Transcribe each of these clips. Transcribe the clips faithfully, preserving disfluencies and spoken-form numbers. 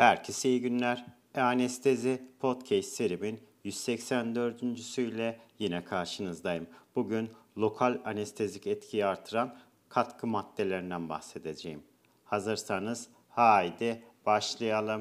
Herkese iyi günler. E-Anestezi Podcast serimin yüz seksen dördüncüsüyle yine karşınızdayım. Bugün lokal anestezik etkiyi artıran katkı maddelerinden bahsedeceğim. Hazırsanız haydi başlayalım.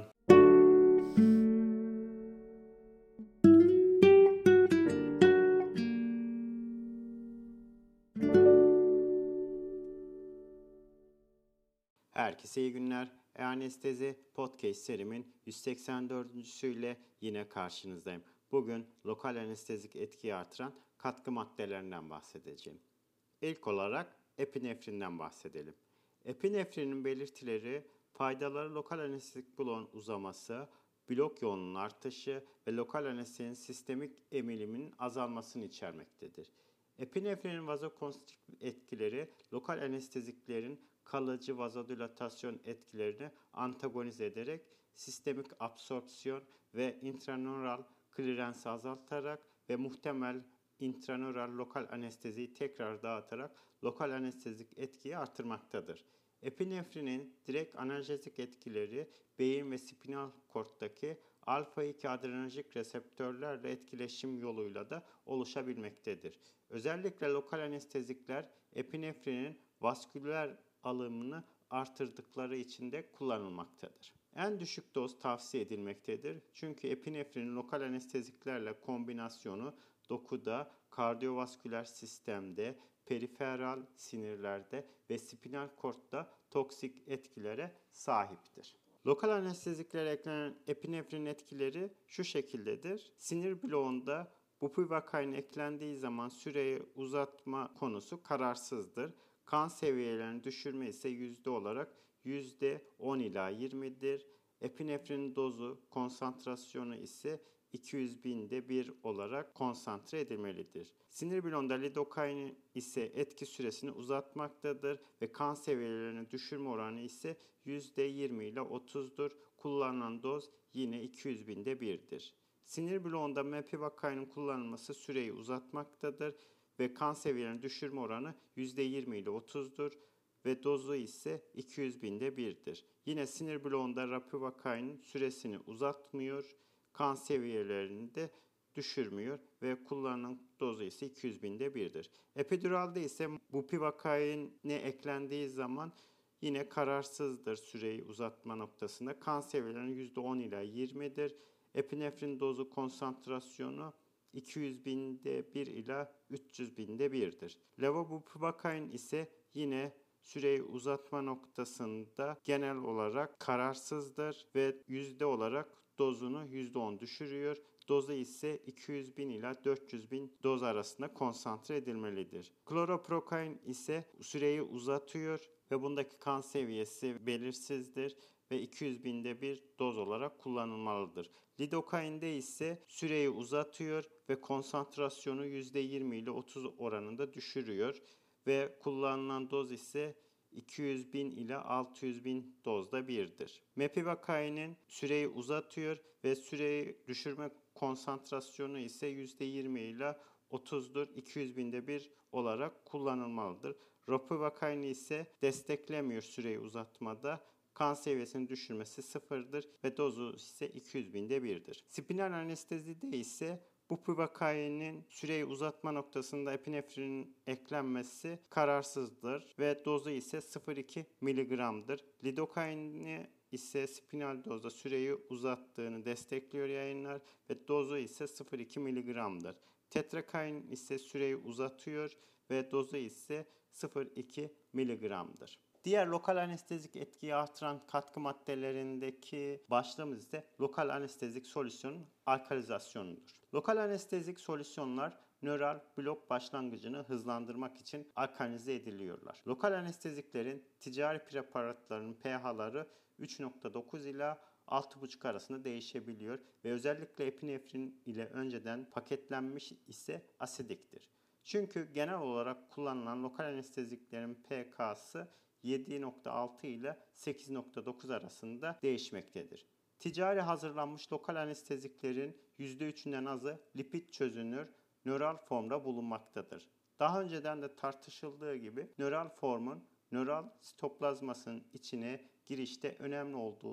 Herkese iyi günler. E-Anestezi Podcast serimin yüz seksen dördüncüsüyle yine karşınızdayım. Bugün lokal anestezik etkiyi artıran katkı maddelerinden bahsedeceğim. İlk olarak epinefrinden bahsedelim. Epinefrinin belirtileri faydaları lokal anestezik bloğun uzaması, blok yoğunluğunun artışı ve lokal anestezinin sistemik emiliminin azalmasını içermektedir. Epinefrinin vazokonstriktif etkileri lokal anesteziklerin kalıcı vazodilatasyon etkilerini antagonize ederek sistemik absorpsiyon ve intranöral klirensi azaltarak ve muhtemel intranöral lokal anesteziyi tekrar dağıtarak lokal anestezik etkiyi artırmaktadır. Epinefrinin direkt analjezik etkileri beyin ve spinal korttaki alfa iki adrenerjik reseptörlerle etkileşim yoluyla da oluşabilmektedir. Özellikle lokal anestezikler epinefrinin vasküler alımını artırdıkları için de kullanılmaktadır. En düşük doz tavsiye edilmektedir. Çünkü epinefrinin lokal anesteziklerle kombinasyonu dokuda, kardiyovasküler sistemde, periferal sinirlerde ve spinal kortta toksik etkilere sahiptir. Lokal anesteziklere eklenen epinefrin etkileri şu şekildedir. Sinir bloğunda bupivakain eklendiği zaman süreyi uzatma konusu kararsızdır. Kan seviyelerini düşürme ise yüzde olarak yüzde on ila yirmidir. Epinefrin dozu, konsantrasyonu ise iki yüz binde bir olarak konsantre edilmelidir. Sinir bloğunda lidokain ise etki süresini uzatmaktadır ve kan seviyelerini düşürme oranı ise yüzde yirmi ile otuzdur. Kullanılan doz yine iki yüz binde birdir. Sinir bloğunda mepivakainin kullanılması süreyi uzatmaktadır ve kan seviyelerini düşürme oranı yüzde yirmi ile otuzdur ve dozu ise iki yüz binde birdir. Yine sinir bloğunda rapivakainin süresini uzatmıyor, kan seviyelerini de düşürmüyor ve kullanılan dozu ise iki yüz binde birdir. Epiduralde ise bupivakaine eklendiği zaman yine kararsızdır süreyi uzatma noktasında. Kan seviyelerinin yüzde on ila yirmidir. Epinefrin dozu konsantrasyonu iki yüz binde bir ila üç yüz binde birdir. Levobupivakain ise yine süreyi uzatma noktasında genel olarak kararsızdır ve yüzde olarak dozunu yüzde on düşürüyor. Dozu ise iki yüz bin ila dört yüz bin doz arasında konsantre edilmelidir. Kloroprokain ise süreyi uzatıyor ve bundaki kan seviyesi belirsizdir ve iki yüz binde bir doz olarak kullanılmalıdır. Lidokainde ise süreyi uzatıyor ve konsantrasyonu yüzde yirmi ile otuz oranında düşürüyor ve kullanılan doz ise iki yüz bin ile altı yüz bin dozda birdir. Mepivakainin süreyi uzatıyor ve süreyi düşürme konsantrasyonu ise yüzde yirmi ile otuzdur. iki yüz binde bir olarak kullanılmalıdır. Ropivakain ise desteklemiyor süreyi uzatmada. Kan seviyesinin düşürmesi sıfırdır ve dozu ise iki yüz binde birdir. Spinal anestezide ise bupivakainin süreyi uzatma noktasında epinefrinin eklenmesi kararsızdır ve dozu ise sıfır virgül iki miligramdır. Lidokaini ise spinal dozda süreyi uzattığını destekliyor yayınlar ve dozu ise sıfır virgül iki miligramdır. Tetrakain ise süreyi uzatıyor ve dozu ise sıfır virgül iki miligramdır. Diğer lokal anestezik etkiyi artıran katkı maddelerindeki başlığımız ise lokal anestezik solüsyonun alkalizasyonudur. Lokal anestezik solüsyonlar nöral blok başlangıcını hızlandırmak için alkalize ediliyorlar. Lokal anesteziklerin ticari preparatlarının pH'ları üç nokta dokuz ila altı buçuk arasında değişebiliyor ve özellikle epinefrin ile önceden paketlenmiş ise asidiktir. Çünkü genel olarak kullanılan lokal anesteziklerin pK'sı yedi nokta altı ile sekiz nokta dokuz arasında değişmektedir. Ticari hazırlanmış lokal anesteziklerin yüzde üçünden azı lipid çözünür nöral formda bulunmaktadır. Daha önceden de tartışıldığı gibi nöral formun nöral sitoplazmasının içine girişte önemli olduğuna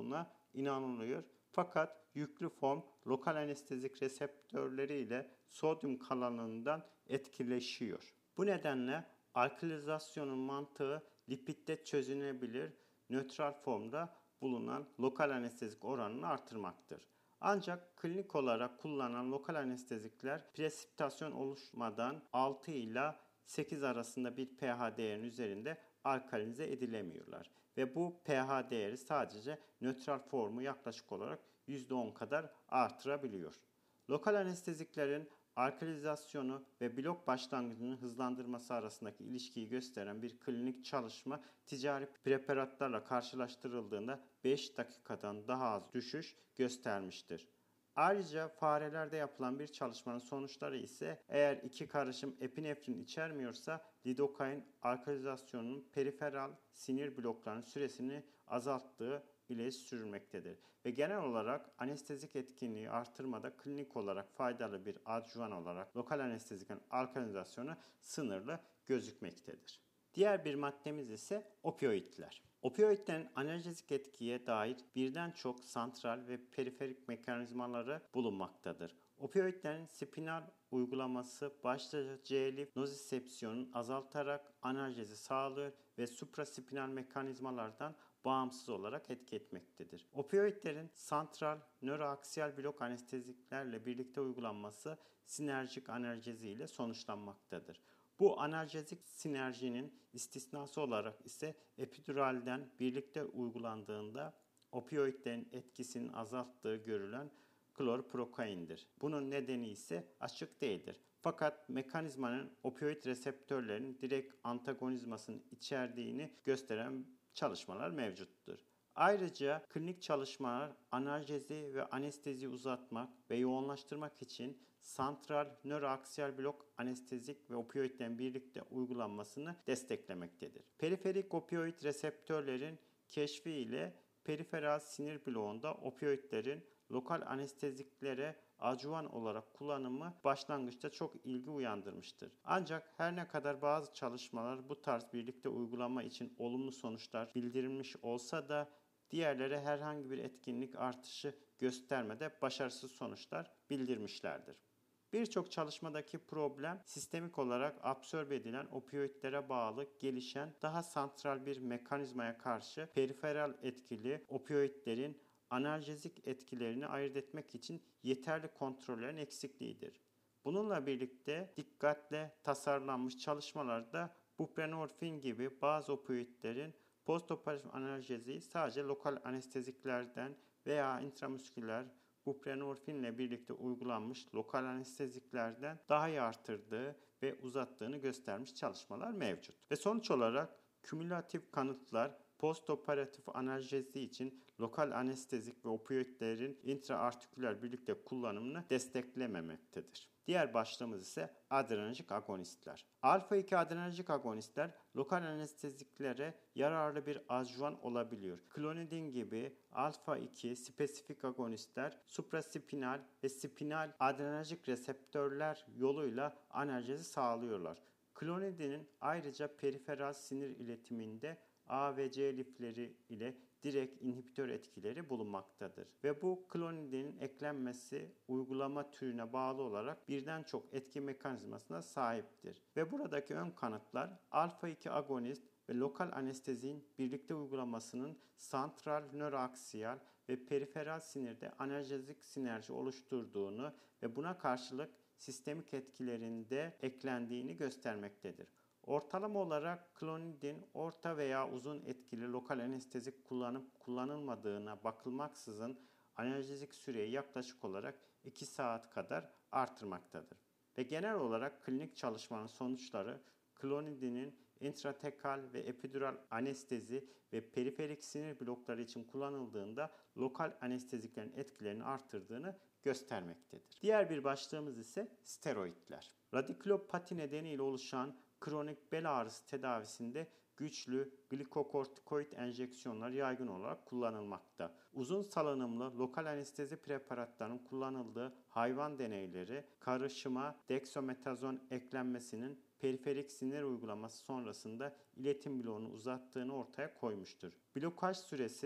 inanılıyor. Fakat yüklü form lokal anestezik reseptörleri ile sodyum kanalından etkileşiyor. Bu nedenle alkalizasyonun mantığı lipidde çözünebilir nötral formda bulunan lokal anestezik oranını artırmaktır. Ancak klinik olarak kullanılan lokal anestezikler presipitasyon oluşmadan altı ile sekiz arasında bir pH değerinin üzerinde alkalinize edilemiyorlar. Ve bu pH değeri sadece nötral formu yaklaşık olarak yüzde on kadar artırabiliyor. Lokal anesteziklerin alkalizasyonu ve blok başlangıcının hızlandırması arasındaki ilişkiyi gösteren bir klinik çalışma ticari preparatlarla karşılaştırıldığında beş dakikadan daha az düşüş göstermiştir. Ayrıca farelerde yapılan bir çalışmanın sonuçları ise eğer iki karışım epinefrin içermiyorsa lidokain alkalizasyonunun periferal sinir bloklarının süresini azalttığı ileri sürülmektedir. Ve genel olarak anestezik etkinliği artırmada klinik olarak faydalı bir adjuvan olarak lokal anestezikin alkalizasyonu sınırlı gözükmektedir. Diğer bir maddemiz ise opioidler. Opioidlerin analjezik etkiye dair birden çok santral ve periferik mekanizmaları bulunmaktadır. Opioidlerin spinal uygulaması başlıca C-lif nozisepsiyonunu azaltarak analjezi sağlıyor ve supraspinal mekanizmalardan bağımsız olarak etki etmektedir. Opioidlerin santral nöroaksiyal blok anesteziklerle birlikte uygulanması sinerjik analjezi ile sonuçlanmaktadır. Bu analjezik sinerjinin istisnası olarak ise epiduralden birlikte uygulandığında opioidlerin etkisinin azalttığı görülen klorprokaindir. Bunun nedeni ise açık değildir. Fakat mekanizmanın opioid reseptörlerinin direkt antagonizmasını içerdiğini gösteren çalışmalar mevcuttur. Ayrıca klinik çalışmalar analjezi ve anestezi uzatmak ve yoğunlaştırmak için santral nöroaksiyal blok anestezik ve opioidlerin birlikte uygulanmasını desteklemektedir. Periferik opioid reseptörlerin keşfi ile periferal sinir bloğunda opioidlerin lokal anesteziklere adjuvan olarak kullanımı başlangıçta çok ilgi uyandırmıştır. Ancak her ne kadar bazı çalışmalar bu tarz birlikte uygulama için olumlu sonuçlar bildirilmiş olsa da diğerleri herhangi bir etkinlik artışı göstermede başarısız sonuçlar bildirmişlerdir. Birçok çalışmadaki problem sistemik olarak absorbe edilen opioidlere bağlı gelişen daha santral bir mekanizmaya karşı periferal etkili opioidlerin analjezik etkilerini ayırt etmek için yeterli kontrollerin eksikliğidir. Bununla birlikte dikkatle tasarlanmış çalışmalarda buprenorfin gibi bazı opioidlerin postoperatif analjeziyi sadece lokal anesteziklerden veya intramusküler buprenorfinle birlikte uygulanmış lokal anesteziklerden daha iyi artırdığı ve uzattığını göstermiş çalışmalar mevcut. Ve sonuç olarak kümülatif kanıtlar postoperatif analjezi için lokal anestezik ve opioidlerin intraartiküler birlikte kullanımını desteklememektedir. Diğer başlığımız ise adrenerjik agonistler. Alfa iki adrenerjik agonistler lokal anesteziklere yararlı bir adjuvan olabiliyor. Klonidin gibi alfa iki spesifik agonistler supraspinal ve spinal adrenerjik reseptörler yoluyla analjezi sağlıyorlar. Klonidinin ayrıca periferal sinir iletiminde A ve C lifleri ile direkt inhibitör etkileri bulunmaktadır. Ve bu klonidinin eklenmesi uygulama türüne bağlı olarak birden çok etki mekanizmasına sahiptir. Ve buradaki ön kanıtlar alfa iki agonist ve lokal anestezinin birlikte uygulamasının santral nöroaksiyal ve periferal sinirde analjezik sinerji oluşturduğunu ve buna karşılık sistemik etkilerinde eklendiğini göstermektedir. Ortalama olarak klonidin orta veya uzun etkili lokal anestezik kullanıp kullanılmadığına bakılmaksızın analjezik süreyi yaklaşık olarak iki saat kadar artırmaktadır. Ve genel olarak klinik çalışmanın sonuçları klonidinin intratekal ve epidural anestezi ve periferik sinir blokları için kullanıldığında lokal anesteziklerin etkilerini artırdığını göstermektedir. Diğer bir başlığımız ise steroidler. Radikulopati nedeniyle oluşan kronik bel ağrısı tedavisinde güçlü glikokortikoid enjeksiyonlar yaygın olarak kullanılmakta. Uzun salınımlı lokal anestezi preparatlarının kullanıldığı hayvan deneyleri karışıma dexametazon eklenmesinin periferik sinir uygulaması sonrasında iletim bloğunu uzattığını ortaya koymuştur. Blokaj süresi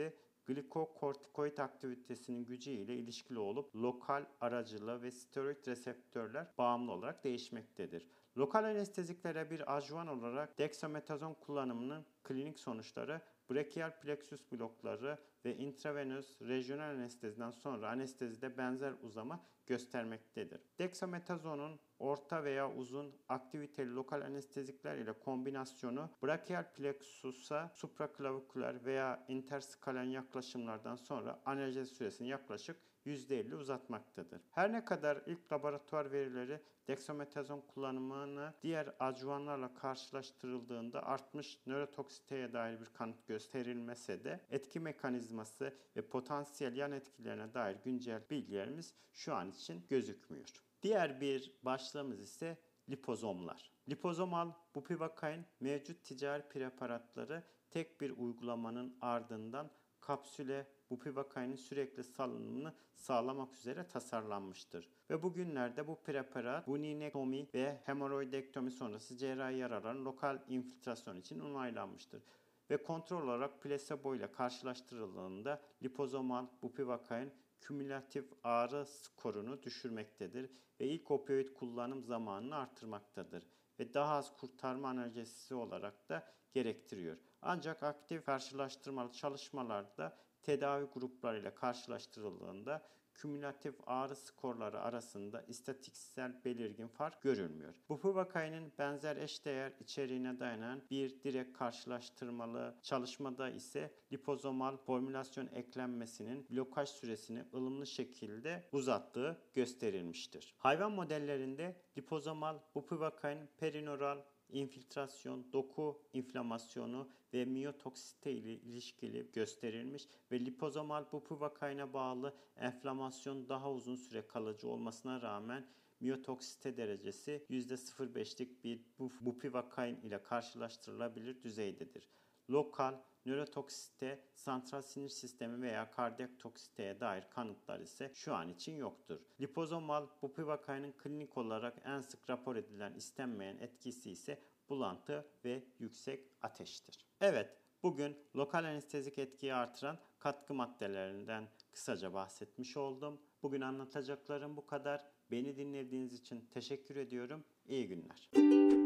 glikokortikoid aktivitesinin gücü ile ilişkili olup lokal aracılı ve steroid reseptörler bağımlı olarak değişmektedir. Lokal anesteziklere bir adjuvan olarak dexametazon kullanımının klinik sonuçları brachial plexus blokları ve intravenöz rejyonel anesteziden sonra anestezide benzer uzama göstermektedir. Dexametazonun orta veya uzun aktiviteli lokal anestezikler ile kombinasyonu brachial plexus'a supraklavikular veya interskalen yaklaşımlardan sonra analjezi süresini yaklaşık yüzde elli uzatmaktadır. Her ne kadar ilk laboratuvar verileri dexametazon kullanımını diğer adjuvanlarla karşılaştırıldığında artmış nörotoksiteye dair bir kanıt gösterilmese de etki mekanizması ve potansiyel yan etkilerine dair güncel bilgilerimiz şu an için gözükmüyor. Diğer bir başlığımız ise lipozomlar. Lipozomal bupivakain mevcut ticari preparatları tek bir uygulamanın ardından kapsüle bupivakainin sürekli salınımını sağlamak üzere tasarlanmıştır. Ve bugünlerde bu preparat bunionektomi ve hemoroidektomi sonrası cerrahi yaraların lokal infiltrasyon için onaylanmıştır. Ve kontrol olarak plasebo ile karşılaştırıldığında lipozomal bupivakain kümülatif ağrı skorunu düşürmektedir ve ilk opioid kullanım zamanını artırmaktadır ve daha az kurtarma analjezisi olarak da gerektiriyor. Ancak aktif karşılaştırmalı çalışmalarda tedavi gruplarıyla karşılaştırıldığında kümülatif ağrı skorları arasında istatistiksel belirgin fark görülmüyor. Bupivakainin benzer eşdeğer içeriğine dayanan bir direkt karşılaştırmalı çalışmada ise lipozomal formülasyon eklenmesinin blokaj süresini ılımlı şekilde uzattığı gösterilmiştir. Hayvan modellerinde lipozomal bupivakain perinoral infiltrasyon, doku inflamasyonu ve miyotoksite ile ilişkili gösterilmiş ve lipozomal bupivakaine bağlı enflamasyon daha uzun süre kalıcı olmasına rağmen miyotoksite derecesi yüzde sıfır virgül beşlik bir bupivakain ile karşılaştırılabilir düzeydedir. Lokal nörotoksite, santral sinir sistemi veya kardiyak toksiteye dair kanıtlar ise şu an için yoktur. Lipozomal bupivakainin klinik olarak en sık rapor edilen istenmeyen etkisi ise bulantı ve yüksek ateştir. Evet, bugün lokal anestezik etkiyi artıran katkı maddelerinden kısaca bahsetmiş oldum. Bugün anlatacaklarım bu kadar. Beni dinlediğiniz için teşekkür ediyorum. İyi günler.